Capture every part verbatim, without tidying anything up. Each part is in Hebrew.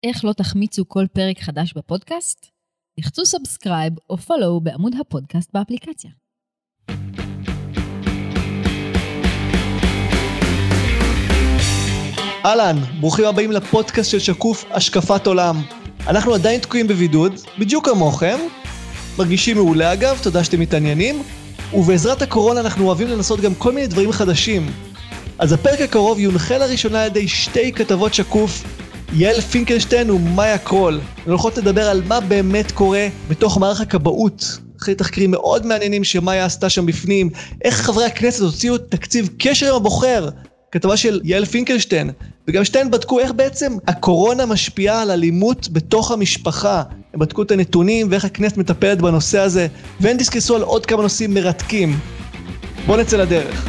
איך לא תחמיצו כל פרק חדש בפודקאסט? לחצו סאבסקרייב או פולו בעמוד הפודקאסט באפליקציה. אהלן, ברוכים הבאים לפודקאסט של שקוף השקפת עולם. אנחנו עדיין תקועים בבידוד, בדיוק כמוכם. מרגישים מעולה אגב, תודה שאתם מתעניינים. ובעזרת הקורונה אנחנו אוהבים לנסות גם כל מיני דברים חדשים. אז הפרק הקרוב יונחה לראשונה על ידי שתי כתבות שקוף, יעל פינקלשטיין ומאיה קרול. אנחנו הולכות לדבר על מה באמת קורה בתוך מערך הכבאות. אחרי תחקירים מאוד מעניינים שמאיה עשתה שם בפנים, איך חברי הכנסת הוציאו תקציב קשר עם הבוחר, כתבה של יעל פינקלשטיין, וגם שתיהן בדקו איך בעצם הקורונה משפיעה על אלימות בתוך המשפחה. הם בדקו את הנתונים ואיך הכנסת מטפלת בנושא הזה, והן דיסקסו על עוד כמה נושאים מרתקים. בואו נצא לדרך.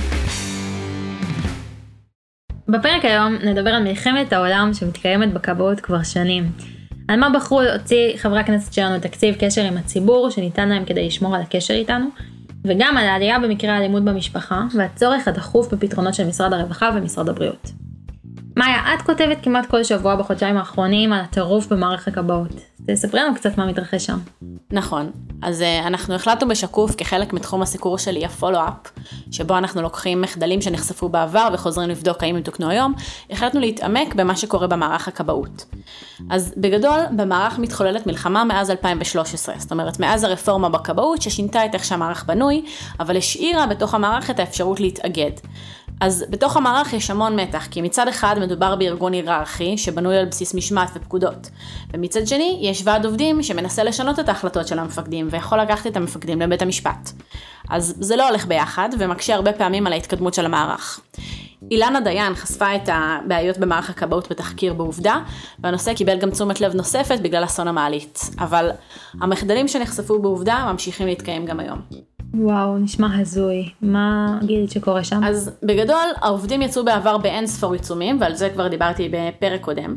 בפרק היום נדבר על מלחמת העולם שמתקיימת בכבאות כבר שנים. על מה בחרו להוציא חברי הכנסת שלנו תקציב קשר עם הציבור שניתן להם כדי לשמור על הקשר איתנו, וגם על העלייה במקרה האלימות במשפחה והצורך הדחוף בפתרונות של משרד הרווחה ומשרד הבריאות. מאיה, את כותבת כמעט כל שבוע בחודשיים האחרונים על הטירוף במערך הכבאות. תספרי לנו קצת מה מתרחש שם. נכון. אז uh, אנחנו החלטנו בשקוף כחלק מתחום הסיקור שלי, הפולו-אפ, שבו אנחנו לוקחים מחדלים שנחשפו בעבר וחוזרים לבדוק האם הם תוקנו היום, החלטנו להתעמק במה שקורה במערך הכבאות. אז בגדול, במערך מתחוללת מלחמה מאז אלפיים ושלוש עשרה, זאת אומרת, מאז הרפורמה בכבאות ששינתה את איך שהמערך בנוי, אבל השאירה בתוך המערך את האפשרות להתאגד. אז בתוך המערך יש המון מתח, כי מצד אחד מדובר בארגון היררכי שבנוי על בסיס משמעת ופקודות, ומצד שני יש ועד עובדים שמנסה לשנות את ההחלטות של המפקדים ויכול לקחת את המפקדים לבית המשפט. אז זה לא הולך ביחד ומקשה הרבה פעמים על ההתקדמות של המערך. אילנה דיין חשפה את הבעיות במערך הכבאות בתחקיר בעובדה, והנושא קיבל גם תשומת לב נוספת בגלל אסון המעלית, אבל המחדלים שנחשפו בעובדה ממשיכים להתקיים גם היום. וואו, נשמע הזוי. מה גילית שקורה שם? אז בגדול, העובדים יצאו בעבר באין ספור עיצומים, ועל זה כבר דיברתי בפרק קודם.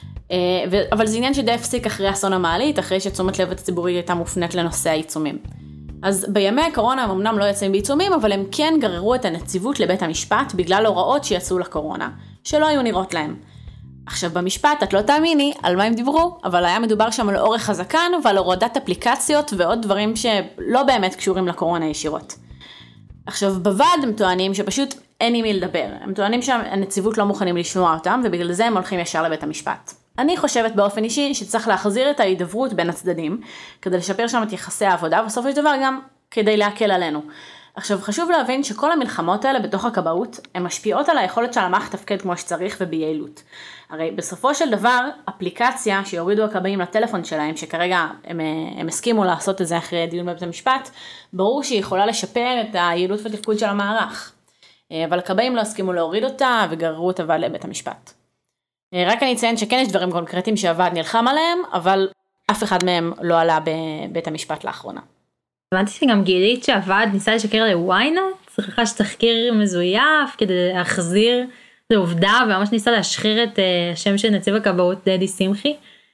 אבל זה עניין שדי הפסיק אחרי אסון המעלית, אחרי שתשומת לב הציבורי הייתה מופנית לנושא העיצומים. אז בימי הקורונה הם אמנם לא יצאים בעיצומים, אבל הם כן גררו את הנציבות לבית המשפט בגלל הוראות שיצאו לקורונה, שלא היו נראות להם. עכשיו במשפט, את לא תאמיני על מה הם דיברו, אבל היה מדובר שם על אורך הזקן ועל הורדת אפליקציות ועוד דברים שלא באמת קשורים לקורונה ישירות. עכשיו בוועד הם טוענים שפשוט אין עם מי לדבר, הם טוענים שהנציבות לא מוכנים לשמוע אותם ובגלל זה הם הולכים ישר לבית המשפט. אני חושבת באופן אישי שצריך להחזיר את ההידברות בין הצדדים, כדי לשפר שם את יחסי העבודה ובסופו של דבר גם כדי להקל עלינו. עכשיו חשוב להבין שכל המלחמות האלה בתוך הכבאות, הן משפיעות על היכולת של המערך תפקד כמו שצריך וביעילות. הרי בסופו של דבר, אפליקציה שיורידו הכבאים לטלפון שלהם, שכרגע הם, הם הסכימו לעשות את זה אחרי דיון בבית המשפט, ברור שהיא יכולה לשפר את היעילות והתפקוד של המערך. אבל הכבאים לא הסכימו להוריד אותה וגררו אותה לבית המשפט. רק אני אציין שכן יש דברים קונקרטיים שהוועד נלחם עליהם, אבל אף אחד מהם לא עלה בבית המשפט לאחרונה. הבנתי שגם גילית שהוועד ניסה לשקר לוויינט, צריכה שתחקיר מזויף כדי להחזיר לעובדה, וממש ניסה להשחיר את השם של נציב הכבאות דדי שמחי.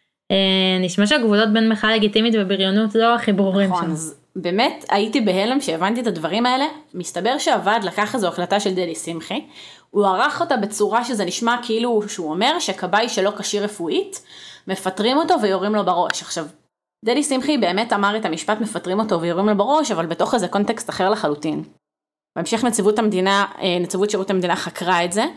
נשמע שהגבולות בין מחאה לגיטימית ובריונות לא הכי ברורים שם. נכון, אז באמת הייתי בהלם שהבנתי את הדברים האלה. מסתבר שהוועד לקח איזו החלטה של דדי שמחי, הוא ערך אותה בצורה שזה נשמע כאילו שהוא אומר שכבאי שלא כשיר רפואית, מפטרים אותו ויורים לו בראש. עכשיו, דדי שמחי באמת אמר את המשפט מפטרים אותו ויורים לו בראש, אבל בתוך איזה קונטקסט אחר לחלוטין. בהמשך נציבות המדינה, נציבות שירות המדינה חקרה את זה,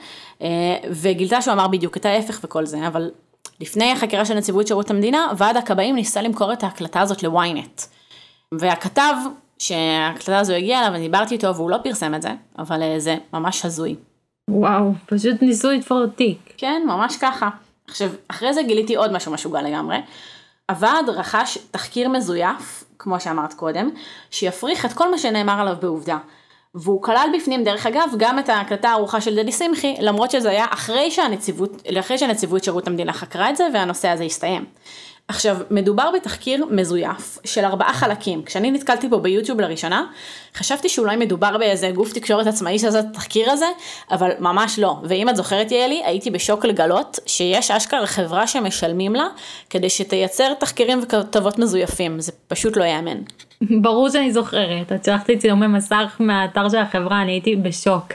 וגילתה שהוא אמר בדיוק את ההפך וכל זה, אבל לפני החקירה של נציבות שירות המדינה, ועד הכבאים ניסה למכור את ההקלטה הזאת לוויינט. והכתב שההקלטה הזו הגיעה אליו, ודיברתי איתו והוא לא פרסם את זה, אבל זה ממש הזוי. וואו, פשוט ניסו לתפור תיק. כן, ממש ככה. עכשיו, אחרי זה גיליתי עוד משהו משוגע לגמרי. הוועד רכש תחקיר מזויף, כמו שאמרת קודם, שיפריך את כל מה שנאמר עליו בעובדה. והוא כלל בפנים, דרך אגב, גם את ההקלטה הארוחה של דדי שמחי, למרות שזה היה אחרי שהנציבות, אחרי שהנציבות שירות המדינה חקרה את זה, והנושא הזה הסתיים. עכשיו, מדובר בתחקיר מזויף של ארבעה חלקים. כשאני נתקלתי בו ביוטיוב לראשונה, חשבתי שאולי מדובר באיזה גוף תקשורת עצמאי שעשה את התחקיר הזה, אבל ממש לא. ואם את זוכרת יעלי, הייתי בשוק לגלות שיש אשכרה חברה שמשלמים לה, כדי שתייצר תחקירים וכתבות מזויפים. זה פשוט לא יאמן. ברור שאני זוכרת. את שלחתי צילומי מסך מהאתר של החברה, אני הייתי בשוק.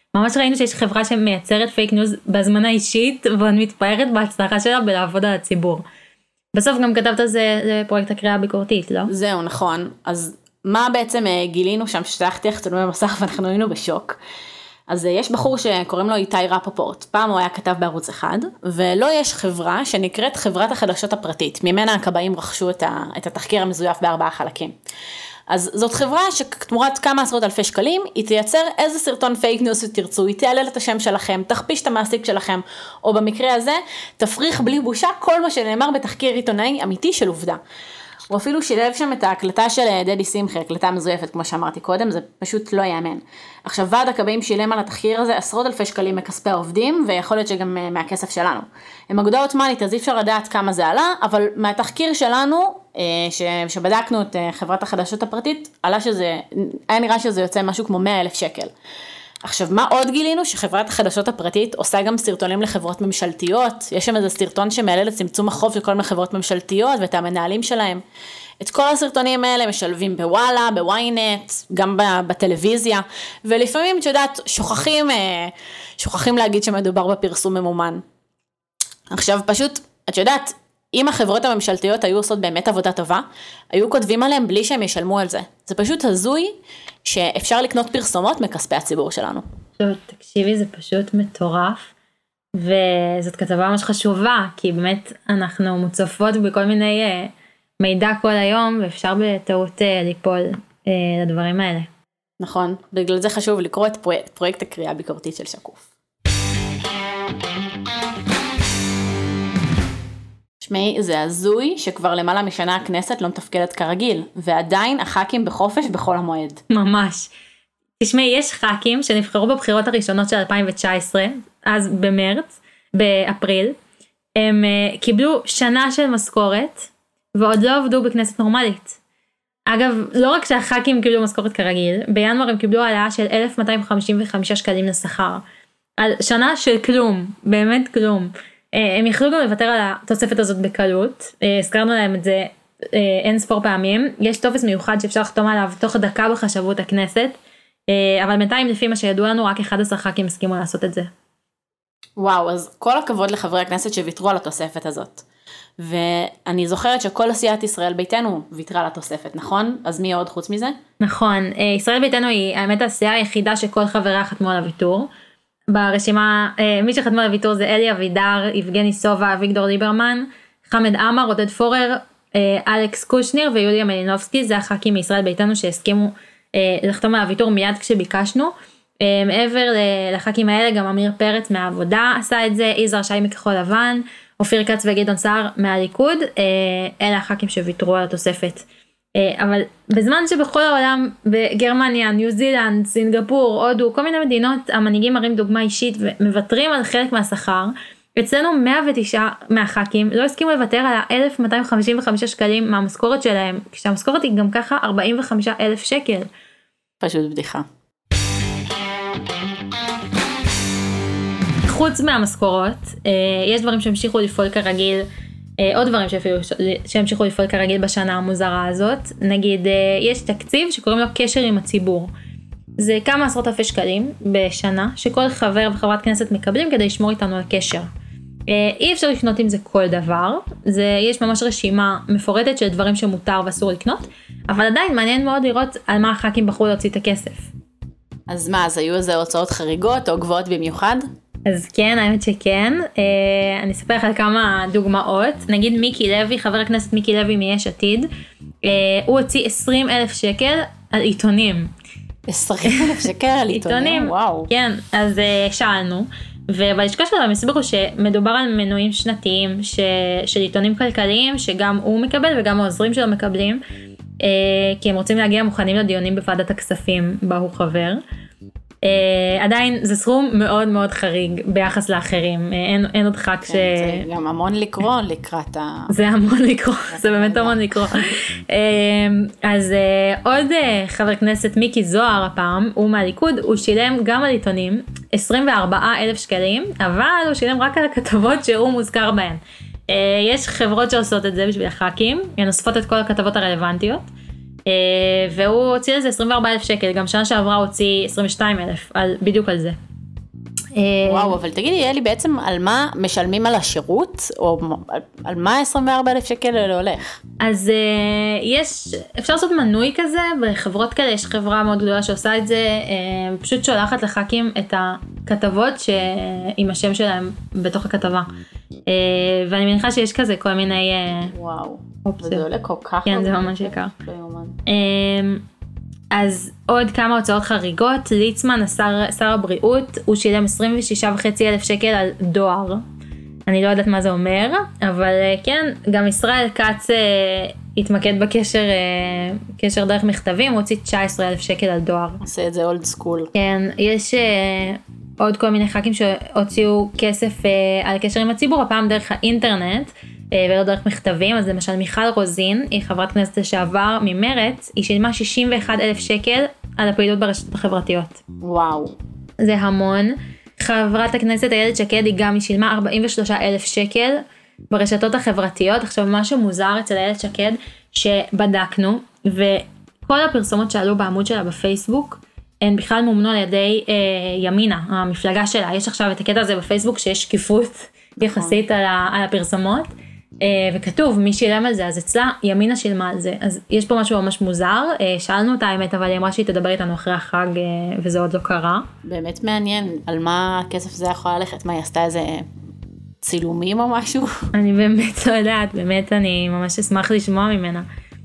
ממש ראינו שיש חברה שמייצרת פייק ניוז בהזמנה אישית, ועוד מתפארת בהצלחה שלה בלעבוד על הציבור. בסוף גם כתבת זה, זה פרויקט הקריאה הביקורתית, לא? זהו, נכון. אז מה בעצם גילינו שם ששלחתי לך צילומי מסך ואנחנו היינו בשוק? אז יש בחור שקוראים לו איתי רפפורט, פעם הוא היה כתב בערוץ אחד, ולא יש חברה שנקראת חברת החדשות הפרטית, ממנה הכבאים רכשו את, ה, את התחקיר המזויף בארבעה חלקים. אז זאת חברה שתמורת כמה עשרות אלפי שקלים, היא תייצר איזה סרטון פייק ניוז שתרצו, היא תעלל את השם שלכם, תכפיש את המעסיק שלכם, או במקרה הזה, תפריך בלי בושה כל מה שנאמר בתחקיר עיתונאי אמיתי של עובדה. הוא אפילו שילב שם את ההקלטה של דדי שמחי, הקלטה מזויפת כמו שאמרתי קודם, זה פשוט לא יאמן. עכשיו ועד הכבאים שילם על התחקיר הזה עשרות אלפי שקלים מכספי העובדים, ויכול להיות שגם מהכסף שלנו. עם אגודה עות'מאנית אז אי אפשר לדעת כמה זה עלה, אבל מהתחקיר שלנו, ש... שבדקנו את חברת החדשות הפרטית, עלה שזה, היה נראה שזה יוצא משהו כמו מאה אלף שקל. עכשיו, מה עוד גילינו? שחברת החדשות הפרטית עושה גם סרטונים לחברות ממשלתיות, יש שם איזה סרטון שמעלה לצמצום החוב של כל מיני חברות ממשלתיות ואת המנהלים שלהם. את כל הסרטונים האלה משלבים בוואלה, בוויינט, גם בטלוויזיה, ולפעמים, את יודעת, שוכחים, שוכחים להגיד שמדובר בפרסום ממומן. עכשיו, פשוט, את יודעת, אם החברות הממשלתיות היו עושות באמת עבודה טובה, היו כותבים עליהם בלי שהם ישלמו על זה. זה פשוט הזוי שאפשר לקנות פרסומות מכספי הציבור שלנו. תקשיבי, זה פשוט מטורף, וזאת כתבה ממש חשובה, כי באמת אנחנו מוצפות בכל מיני מידע כל היום, ואפשר בטעות ליפול לדברים האלה. נכון, בגלל זה חשוב לקרוא את פרויקט, פרויקט הקריאה הביקורתית של שקוף. שמי, זה הזוי שכבר למעלה משנה הכנסת לא מתפקדת כרגיל, ועדיין הח"כים בחופש בכל המועד. ממש. תשמעי, יש ח"כים שנבחרו בבחירות הראשונות של אלפיים תשע עשרה, אז במרץ, באפריל, הם uh, קיבלו שנה של משכורת, ועוד לא עבדו בכנסת נורמלית. אגב, לא רק שהח"כים קיבלו משכורת כרגיל, בינואר הם קיבלו העלאה של אלף מאתיים חמישים וחמישה שקלים לשכר. על שנה של כלום, באמת כלום. הם יכלו גם לוותר על התוספת הזאת בקלות, הזכרנו להם את זה אין ספור פעמים, יש טופס מיוחד שאפשר לחתום עליו תוך דקה בחשבות הכנסת, אבל בינתיים לפי מה שידוע לנו רק אחד עשר ח"כים הסכימו לעשות את זה. וואו, אז כל הכבוד לחברי הכנסת שוויתרו על התוספת הזאת, ואני זוכרת שכל עשיית ישראל ביתנו ויתרה על התוספת, נכון? אז מי עוד חוץ מזה? נכון, ישראל ביתנו היא האמת העשייה היחידה שכל חבריה חתמו על הוויתור, ברשימה, מי שחתמו על הוויתור זה אלי אבידר, יבגני סובה, אביגדור ליברמן, חמד עמר, עודד פורר, אלכס קושניר ויוליה מלינובסקי, זה הח"כים מישראל ביתנו שהסכימו לחתום על הוויתור מיד כשביקשנו. מעבר לח"כים האלה גם אמיר פרץ מהעבודה עשה את זה, יזהר שי מכחול לבן, אופיר כץ וגדעון סער מהליכוד, אלה הח"כים שוויתרו על התוספת. אבל בזמן שבכל העולם, בגרמניה, ניו זילנד, סינגפור, הודו, כל מיני מדינות, המנהיגים מראים דוגמה אישית ומוותרים על חלק מהשכר, אצלנו מאה ותשע מהח"כים לא הסכימו לוותר על ה-אלף מאתיים חמישים וחמישה שקלים מהמשכורת שלהם, כשהמשכורת היא גם ככה ארבעים וחמישה אלף שקל. פשוט בדיחה. חוץ מהמשכורות, יש דברים שהמשיכו לפעול כרגיל, עוד דברים שאפילו שהמשיכו לפעול כרגיל בשנה המוזרה הזאת, נגיד יש תקציב שקוראים לו קשר עם הציבור. זה כמה עשרות אלפי שקלים בשנה שכל חבר וחברת כנסת מקבלים כדי לשמור איתנו על קשר. אי אפשר לקנות עם זה כל דבר, זה, יש ממש רשימה מפורטת של דברים שמותר ואסור לקנות, אבל עדיין מעניין מאוד לראות על מה הח"כים בחרו להוציא את הכסף. אז מה, אז היו איזה הוצאות חריגות או גבוהות במיוחד? אז כן, האמת שכן, אה, אני אספר לך על כמה דוגמאות, נגיד מיקי לוי, חבר הכנסת מיקי לוי מיש עתיד, אה, הוא הוציא עשרים אלף שקל על עיתונים. עשרים אלף שקל על עיתונים, וואו. כן, אז אה, שאלנו, ובלשכה שלנו הם הסבירו שמדובר על מנויים שנתיים ש, של עיתונים כלכליים, שגם הוא מקבל וגם העוזרים שלו מקבלים, אה, כי הם רוצים להגיע מוכנים לדיונים בוועדת הכספים, בה הוא חבר. Uh, עדיין זה סכום מאוד מאוד חריג ביחס לאחרים, uh, אין, אין עוד ח"כ ש... זה גם המון לקרוא לקראת ה... זה המון לקרוא, זה באמת המון לקרוא. uh, אז uh, עוד uh, חבר כנסת מיקי זוהר הפעם, הוא מהליכוד, הוא שילם גם על עיתונים עשרים וארבעה אלף שקלים, אבל הוא שילם רק על הכתבות שהוא מוזכר בהן. Uh, יש חברות שעושות את זה בשביל הח"כים, הן אוספות את כל הכתבות הרלוונטיות, והוא הוציא לזה עשרים וארבעה אלף שקל, גם שנה שעברה הוציא עשרים ושתיים אלף, על, בדיוק על זה. וואו, אבל תגידי, אלי, בעצם על מה משלמים על השירות, או על מה עשרים וארבעה אלף שקל האלה הולך? אז יש, אפשר לעשות מנוי כזה, בחברות כאלה יש חברה מאוד גדולה שעושה את זה, פשוט שולחת לח"כים את הכתבות עם השם שלהם בתוך הכתבה. ואני מניחה שיש כזה כל מיני וואו, אופציות. וזה עולה כל כך. כן, זה ממש יקר. אז עוד כמה הוצאות חריגות, ליצמן, השר, שר הבריאות, הוא שילם עשרים ושישה וחצי אלף שקל על דואר. אני לא יודעת מה זה אומר, אבל כן, גם ישראל כץ התמקד בקשר, קשר דרך מכתבים, הוא הוציא תשעה עשר אלף שקל על דואר. עושה את זה אולד סקול. כן, יש עוד כל מיני ח"כים שהוציאו כסף על קשר עם הציבור, הפעם דרך האינטרנט, ולא דרך מכתבים. אז למשל מיכל רוזין, היא חברת כנסת לשעבר ממרץ, היא שילמה שישים ואחד אלף שקל על הפעילות ברשתות החברתיות. וואו. זה המון. חברת הכנסת איילת שקד, היא גם היא שילמה ארבעים ושלושה אלף שקל ברשתות החברתיות. עכשיו משהו מוזר אצל איילת שקד שבדקנו, וכל הפרסומות שעלו בעמוד שלה בפייסבוק, הן בכלל מומנו על ידי אה, ימינה, המפלגה שלה. יש עכשיו את הקטע הזה בפייסבוק שיש שקיפות יחסית על, ה, על הפרסומות, אה, וכתוב מי שילם על זה, אז אצלה ימינה שילמה על זה. אז יש פה משהו ממש מוזר, אה, שאלנו אותה האמת, אבל היא אמרה שהיא תדבר איתנו אחרי החג, אה, וזה עוד לא קרה. באמת מעניין, על מה הכסף זה יכול ללכת, מה היא עשתה איזה צילומים או משהו? אני באמת לא יודעת, באמת אני ממש אשמח לשמוע ממנה.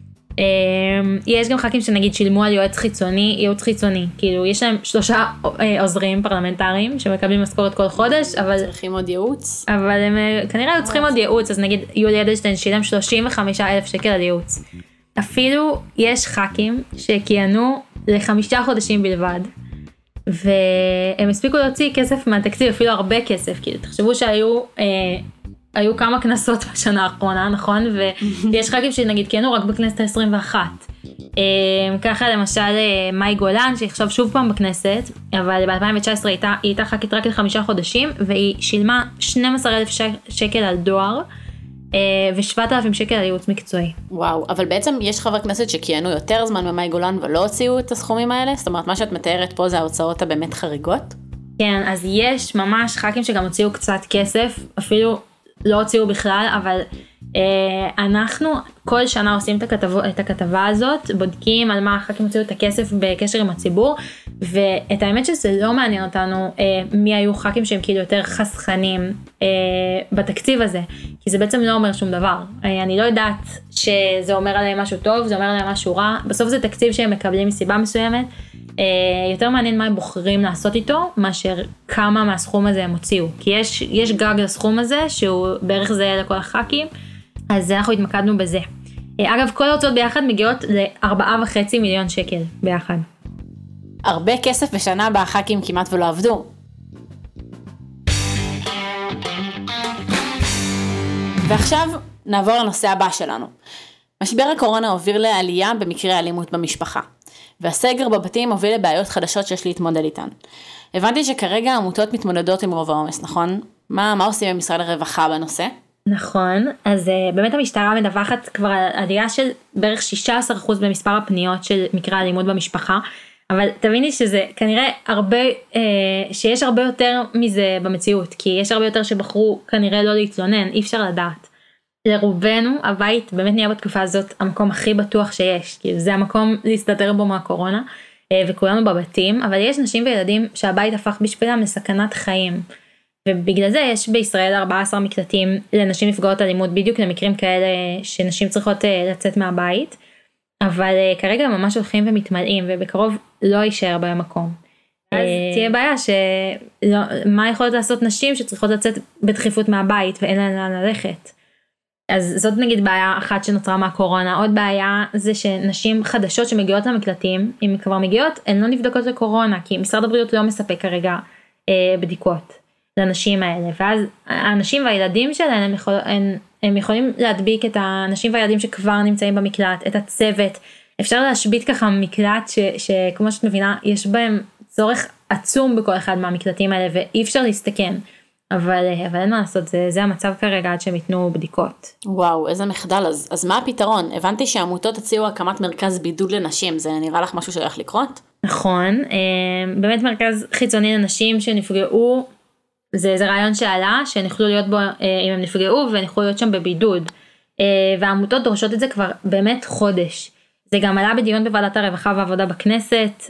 יש גם ח"כים שנגיד שילמו על יועץ חיצוני, ייעוץ חיצוני, כאילו יש להם שלושה עוזרים פרלמנטריים שמקבלים משכורת כל חודש, אבל צריכים עוד ייעוץ, אבל הם כנראה היו צריכים עוד ייעוץ. אז נגיד יולי אדלשטיין שילם שלושים וחמישה אלף שקל על ייעוץ. אפילו יש ח"כים שכיהנו לחמישה חודשים בלבד, והם הספיקו להוציא כסף מהתקציב, אפילו הרבה כסף, כאילו תחשבו שהיו היו כמה כנסות בשנה האחרונה, נכון? ויש ח"כים שנגיד כיהנו רק בכנסת ה-עשרים ואחת. ככה למשל מאי גולן, שהיא עכשיו שוב פעם בכנסת, אבל ב-אלפיים תשע עשרה היא הייתה ח"כית רק לחמישה חודשים, והיא שילמה שנים עשר אלף שקל על דואר, ו-שבעת אלפים שקל על ייעוץ מקצועי. וואו, אבל בעצם יש חבר כנסת שכיהנו יותר זמן ממאי גולן ולא הוציאו את הסכומים האלה? זאת אומרת, מה שאת מתארת פה זה ההוצאות הבאמת חריגות? כן, אז יש ממש ח"כים שגם הוציאו קצת כסף, אפילו לא הוציאו בכלל, אבל אה, אנחנו כל שנה עושים את הכתבה, את הכתבה הזאת, בודקים על מה הח"כים הוציאו את הכסף בקשר עם הציבור, ואת האמת שזה לא מעניין אותנו אה, מי היו ח"כים שהם כאילו יותר חסכנים אה, בתקציב הזה, כי זה בעצם לא אומר שום דבר. אה, אני לא יודעת שזה אומר עליהם משהו טוב, זה אומר עליהם משהו רע, בסוף זה תקציב שהם מקבלים מסיבה מסוימת, אה, יותר מעניין מה הם בוחרים לעשות איתו, מאשר כמה מהסכום הזה הם הוציאו, כי יש, יש גג לסכום הזה, שהוא בערך זה לכל הח"כים, אז אנחנו התמקדנו בזה. אה, אגב, כל ההוצאות ביחד מגיעות לארבעה וחצי מיליון שקל ביחד. הרבה כסף בשנה בח"כים כמעט ולא עבדו. ועכשיו נעבור לנושא הבא שלנו. משבר הקורונה הוביל לעלייה במקרי האלימות במשפחה, והסגר בבתים הוביל לבעיות חדשות שיש להתמודד איתן. הבנתי שכרגע העמותות מתמודדות עם רוב העומס, נכון? מה, מה עושים במשרד הרווחה בנושא? נכון, אז uh, באמת המשטרה מדווחת כבר על עלייה של בערך שישה עשר אחוז במספר הפניות של מקרי האלימות במשפחה, אבל תביני שזה כנראה הרבה, uh, שיש הרבה יותר מזה במציאות, כי יש הרבה יותר שבחרו כנראה לא להתלונן, אי אפשר לדעת. לרובנו הבית באמת נהיה בתקופה הזאת המקום הכי בטוח שיש, כי זה המקום להסתתר בו מהקורונה, uh, וכולנו בבתים, אבל יש נשים וילדים שהבית הפך בשבילם לסכנת חיים. ובגלל זה יש בישראל ארבעה עשר מקלטים לנשים נפגעות אלימות, בדיוק למקרים כאלה שנשים צריכות לצאת מהבית, אבל כרגע ממש הולכים ומתמלאים, ובקרוב לא יישאר בהם מקום. אז תהיה בעיה שמה יכולות לעשות נשים שצריכות לצאת בדחיפות מהבית ואין להן לאן ללכת. אז זאת נגיד בעיה אחת שנוצרה מהקורונה. עוד בעיה זה שנשים חדשות שמגיעות למקלטים, אם כבר מגיעות, הן לא נבדקות לקורונה, כי משרד הבריאות לא מספק כרגע בדיקות לנשים האלה, ואז האנשים והילדים שלהם הם, יכול, הם, הם יכולים להדביק את האנשים והילדים שכבר נמצאים במקלט, את הצוות. אפשר להשבית ככה מקלט ש, שכמו שאת מבינה, יש בהם צורך עצום בכל אחד מהמקלטים האלה, ואי אפשר להסתכן. אבל, אבל אין מה לעשות, זה, זה המצב כרגע עד שהם יתנו בדיקות. וואו, איזה מחדל. אז, אז מה הפתרון? הבנתי שהעמותות הציעו הקמת מרכז בידוד לנשים, זה נראה לך משהו שהולך לקרות? נכון, באמת מרכז חיצוני לנשים שנפגעו, זה, זה רעיון שעלה, שהם יכולו להיות בו, אם הם נפגעו, והם יכולו להיות שם בבידוד. והעמותות דורשות את זה כבר באמת חודש. זה גם עלה בדיון בוועדת הרווחה והעבודה בכנסת,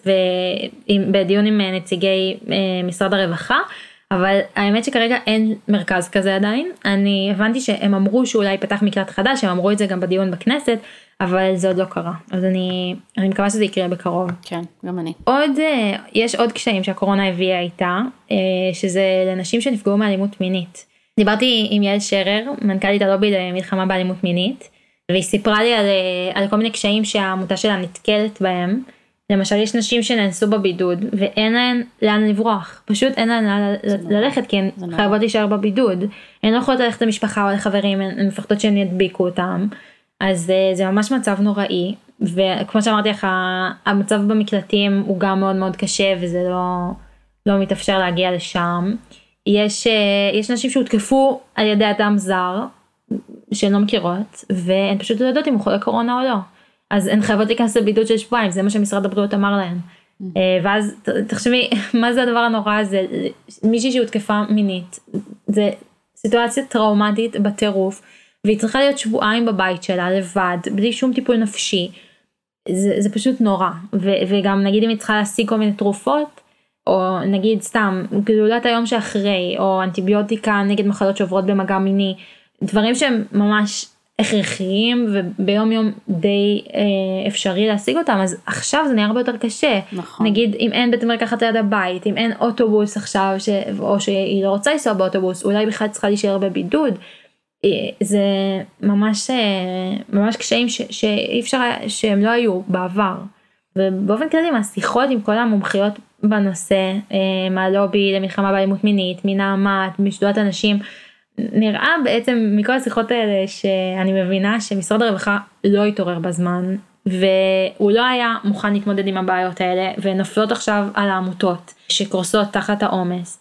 ובדיון עם נציגי משרד הרווחה, אבל האמת שכרגע אין מרכז כזה עדיין. אני הבנתי שהם אמרו שאולי ייפתח מקלט חדש, הם אמרו את זה גם בדיון בכנסת, אבל זה עוד לא קרה. אז אני, אני מקווה שזה יקרה בקרוב. כן, גם אני. עוד, יש עוד קשיים שהקורונה הביאה איתה, שזה לנשים שנפגעו מאלימות מינית. דיברתי עם יעל שרר, מנכ"לית הלובי למלחמה באלימות מינית, והיא סיפרה לי על, על כל מיני קשיים שהעמותה שלה נתקלת בהם. למשל, יש נשים שנאנסו בבידוד, ואין להן לאן לברוח. פשוט אין להן לאן ללכת, כי הן חייבות להישאר בבידוד. הן לא יכולות ללכת למשפחה או לחברים, הן מפחדות שהן ידביקו אותם. אז זה ממש מצב נוראי, וכמו שאמרתי לך, המצב במקלטים הוא גם מאוד מאוד קשה, וזה לא, לא מתאפשר להגיע לשם. יש, יש נשים שהותקפו על ידי אדם זר, שהן לא מכירות, והן פשוט לא יודעות אם הוא חולה קורונה או לא. אז הן חייבות להיכנס לבידוד של שבועיים, זה מה שמשרד הבריאות אמר להן. ואז תחשבי, מה זה הדבר הנורא הזה? מישהי שהותקפה מינית, זה סיטואציה טראומטית בטירוף, והיא צריכה להיות שבועיים בבית שלה, לבד, בלי שום טיפול נפשי. זה, זה פשוט נורא. ו, וגם נגיד אם היא צריכה להשיג כל מיני תרופות, או נגיד סתם, גלולת היום שאחרי, או אנטיביוטיקה נגד מחלות שעוברות במגע מיני, דברים שהם ממש הכרחיים, וביום יום די אה, אפשרי להשיג אותם, אז עכשיו זה נהיה הרבה יותר קשה. נכון. נגיד, אם אין בית מרקחת ליד הבית, אם אין אוטובוס עכשיו, ש... או שהיא לא רוצה לנסוע באוטובוס, אולי בכלל צריכה להישאר בבידוד, זה ממש, ממש קשיים ש... שאי אפשר, שהם לא היו בעבר. ובאופן כללי, מהשיחות עם כל המומחיות בנושא, מהלובי למלחמה באלימות מינית, מנעמת, משדולת הנשים, נראה בעצם מכל השיחות האלה שאני מבינה שמשרד הרווחה לא התעורר בזמן, והוא לא היה מוכן להתמודד עם הבעיות האלה, ונופלות עכשיו על העמותות שקורסות תחת העומס.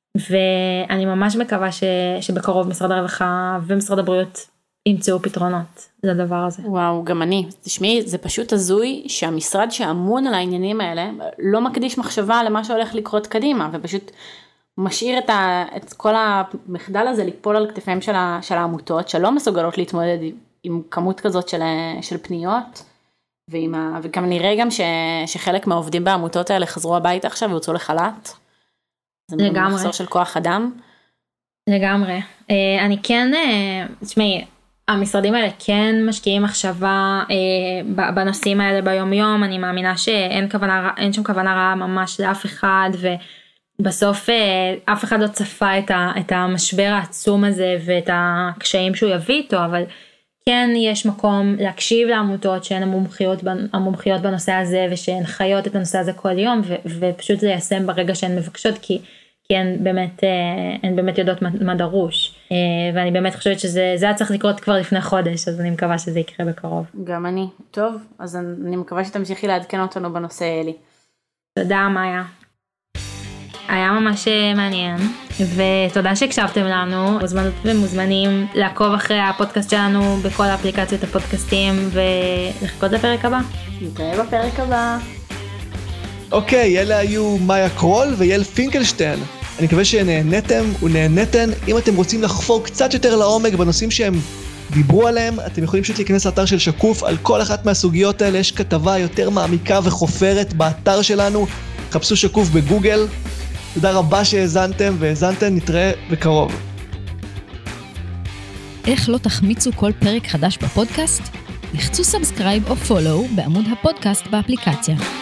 ואני ממש מקווה ש, שבקרוב משרד הרווחה ומשרד הבריאות ימצאו פתרונות לדבר הזה. וואו, גם אני. תשמעי, זה פשוט הזוי שהמשרד שאמון על העניינים האלה לא מקדיש מחשבה למה שהולך לקרות קדימה, ופשוט משאיר את, ה, את כל המחדל הזה ליפול על כתפיהם של, ה, של העמותות, שלא מסוגלות להתמודד עם כמות כזאת של, של פניות, ועם ה, וגם נראה גם ש, שחלק מהעובדים בעמותות האלה חזרו הביתה עכשיו ויוצאו לחל"ת. זה מחסור של כוח אדם. לגמרי. אני כן, תשמעי, המשרדים האלה כן משקיעים מחשבה בנושאים האלה ביום יום, אני מאמינה שאין כוונה, אין שום כוונה רעה ממש לאף אחד, ובסוף אף אחד לא צפה את המשבר העצום הזה ואת הקשיים שהוא יביא איתו, אבל כן יש מקום להקשיב לעמותות שהן המומחיות, המומחיות בנושא הזה, ושהן חיות את הנושא הזה כל יום, ו, ופשוט ליישם ברגע שהן מבקשות, כי, כי הן באמת, הן באמת יודעות מה, מה דרוש. ואני באמת חושבת שזה, זה היה צריך לקרות כבר לפני חודש, אז אני מקווה שזה יקרה בקרוב. גם אני. טוב, אז אני מקווה שתמשיכי לעדכן אותנו בנושא אלי. תודה, מאיה. היה ממש מעניין, ותודה שהקשבתם לנו. מוזמנות ומוזמנים לעקוב אחרי הפודקאסט שלנו בכל האפליקציות הפודקאסטים, ולחכות לפרק הבא. נתראה בפרק הבא. אוקיי, אלה היו מאיה קרול ויעל פינקלשטיין. אני מקווה שנהנתם ונהנתן. אם אתם רוצים לחפור קצת יותר לעומק בנושאים שהם דיברו עליהם, אתם יכולים פשוט להיכנס לאתר של שקוף. על כל אחת מהסוגיות האלה יש כתבה יותר מעמיקה וחופרת באתר שלנו. חפשו שקוף בגוגל. תודה רבה שהאזנתם והאזנתם, נתראה בקרוב. איך לא תחמיצו כל פרק חדש בפודקאסט? לחצו סאבסקרייב או פולו בעמוד הפודקאסט באפליקציה.